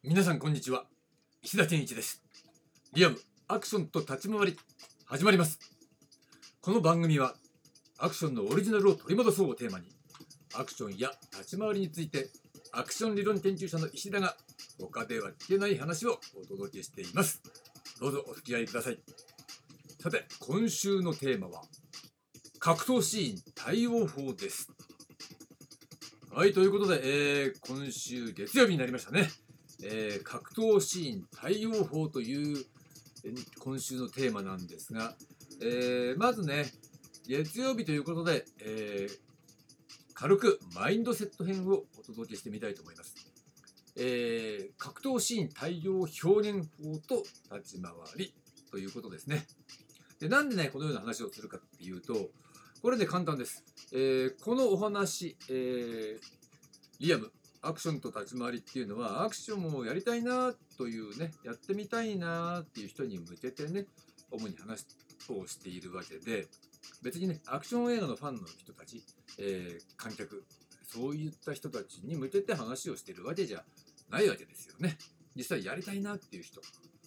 皆さんこんにちは。石田健一です。リアムアクションと立ち回り始まります。この番組はアクションのオリジナルを取り戻そうをテーマに、アクションや立ち回りについてアクション理論研究者の石田が他では聞けない話をお届けしています。どうぞお付き合いください。さて、今週のテーマは格闘シーン対応法です。はい、ということで、今週月曜日になりましたね。格闘シーン対応法という今週のテーマなんですが、まずね、月曜日ということで、軽くマインドセット編をお届けしてみたいと思います。格闘シーン対応表現法と立ち回りということですね。で、なんでね、このような話をするかっていうと、これで簡単です。このお話、リアムアクションと立ち回りっていうのは、アクションをやりたいなというね、やってみたいなっていう人に向けてね、主に話をしているわけで、別にね、アクション映画のファンの人たち、観客、そういった人たちに向けて話をしているわけじゃないわけですよね。実際やりたいなっていう人。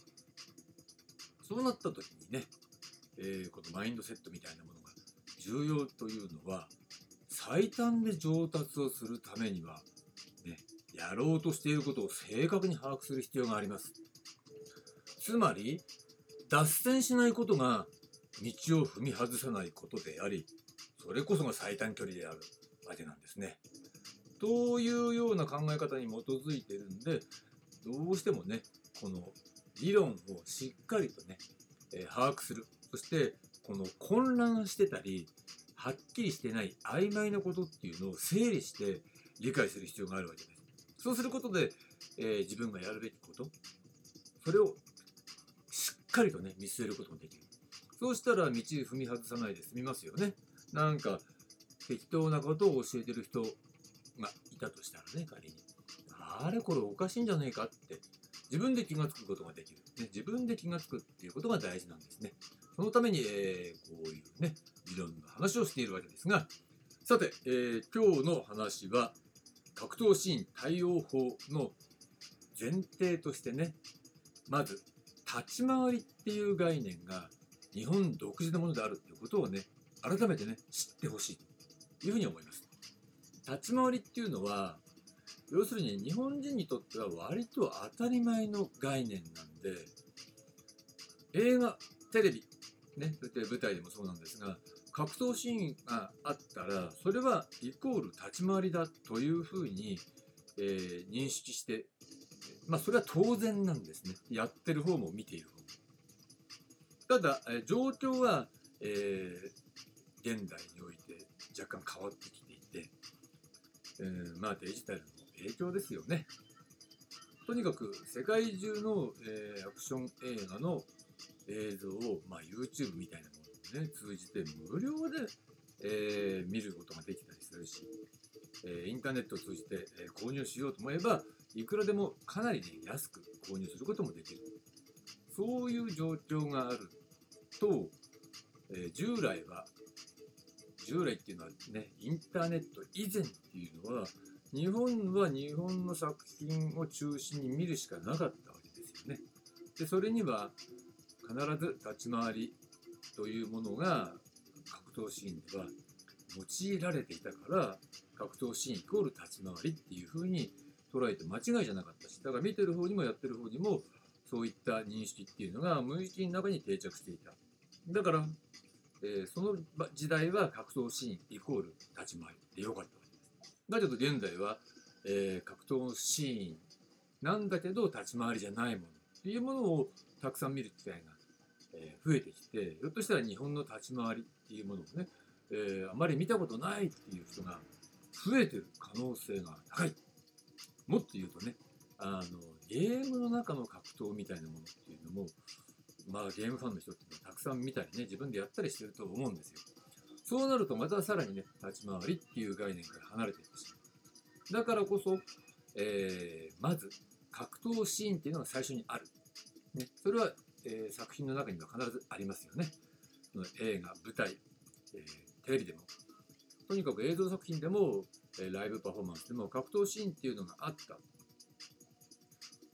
そうなった時にね、このマインドセットみたいなものが重要というのは、最短で上達をするためには、ね、やろうとしていることを正確に把握する必要があります。つまり、脱線しないことが道を踏み外さないことであり、それこそが最短距離であるわけなんですね。というような考え方に基づいているんで、どうしてもね、この理論をしっかりとね、把握する。そして、この混乱してたり、はっきりしてない曖昧なことっていうのを整理して理解する必要があるわけです。そうすることで、自分がやるべきこと、それをしっかりとね、見据えることができる。そうしたら道踏み外さないで済みますよね。なんか、適当なことを教えてる人がいたとしたらね、仮に。あれこれおかしいんじゃねえかって自分で気がつくことができる。ね、自分で気がつくっていうことが大事なんですね。そのために、こういうね、理論の話をしているわけですが、さて、今日の話は、格闘シーン対応法の前提としてね、まず、立ち回りっていう概念が日本独自のものであるっていうことをね、改めてね、知ってほしいというふうに思います。立ち回りっていうのは、要するに日本人にとっては割と当たり前の概念なんで、映画、テレビ、ね、そして舞台でもそうなんですが、格闘シーンがあったら、それはイコール立ち回りだというふうに、認識して、まあそれは当然なんですね。やってる方も見ている方も。ただ、状況は、現代において若干変わってきていて、まあデジタルの影響ですよね。とにかく世界中の、アクション映画の映像を、まあ、YouTube みたいなものをね、通じて無料で、見ることができたりするし、インターネットを通じて、購入しようと思えば、いくらでもかなり、ね、安く購入することもできる。そういう状況があると、従来っていうのはね、インターネット以前っていうのは、日本は日本の作品を中心に見るしかなかったわけですよね。で、それには必ず立ち回りというものが格闘シーンでは用いられていたから、格闘シーンイコール立ち回りっていう風に捉えて間違いじゃなかったし、だから見てる方にもやってる方にもそういった認識っていうのが無意識の中に定着していた。だから、その時代は格闘シーンイコール立ち回りでよかったわけです。だけど現在は、格闘シーンなんだけど立ち回りじゃないものっていうものをたくさん見る機会が、増えてきて、ひょっとしたら日本の立ち回りっていうものをね、あまり見たことないっていう人が増えてる可能性が高い。もっと言うとね、ゲームの中の格闘みたいなものっていうのも、まあゲームファンの人っていうのはたくさん見たりね、自分でやったりしてると思うんですよ。そうなるとまたさらにね、立ち回りっていう概念から離れていってしまう。だからこそ、まず格闘シーンっていうのが最初にある。ね、それは、作品の中には必ずありますよね。映画、舞台、テレビでも。とにかく映像作品でも、ライブパフォーマンスでも格闘シーンっていうのがあった。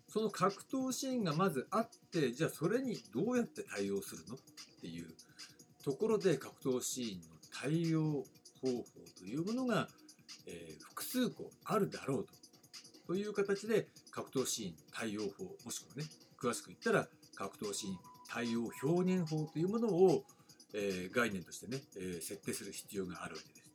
その格闘シーンがまずあって、じゃあそれにどうやって対応するのっていうところで、格闘シーンの対応方法というものが、複数個あるだろうという形で、格闘シーン対応法、もしくはね、詳しく言ったら格闘シーン対応表現法というものを、概念としてね、設定する必要があるわけです。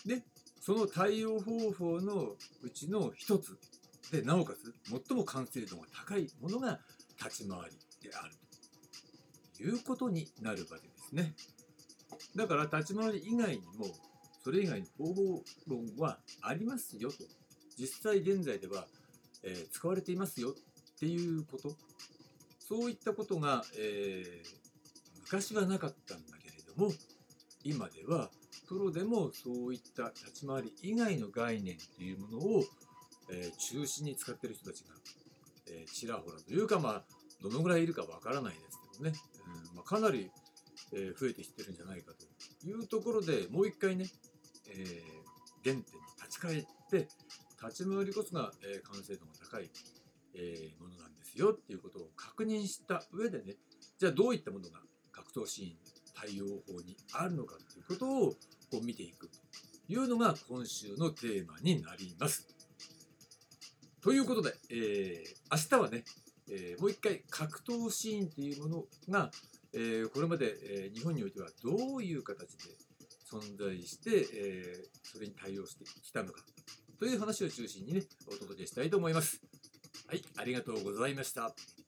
で、その対応方法のうちの一つで、なおかつ最も完成度が高いものが立ち回りであるということになるわけですね。だから立ち回り以外にも、それ以外の方法論はありますよと。実際現在では、使われていますよっていうこと。そういったことが、昔はなかったんだけれども、今ではプロでもそういった立ち回り以外の概念というものを、中心に使っている人たちが、ちらほらというか、どのぐらいいるかわからないですけどね、かなり、増えてきてるんじゃないかというところで、もう一回ね、原点に立ち返って、立ち回りこそが、完成度が高い、ものなんですよっていうことを確認した上でね、じゃあどういったものが格闘シーン対応法にあるのかということをこう見ていくというのが今週のテーマになります。ということで、明日はね、もう一回格闘シーンというものが、これまで、日本においてはどういう形で存在して、それに対応してきたのかという話を中心にね、お届けしたいと思います。はい、ありがとうございました。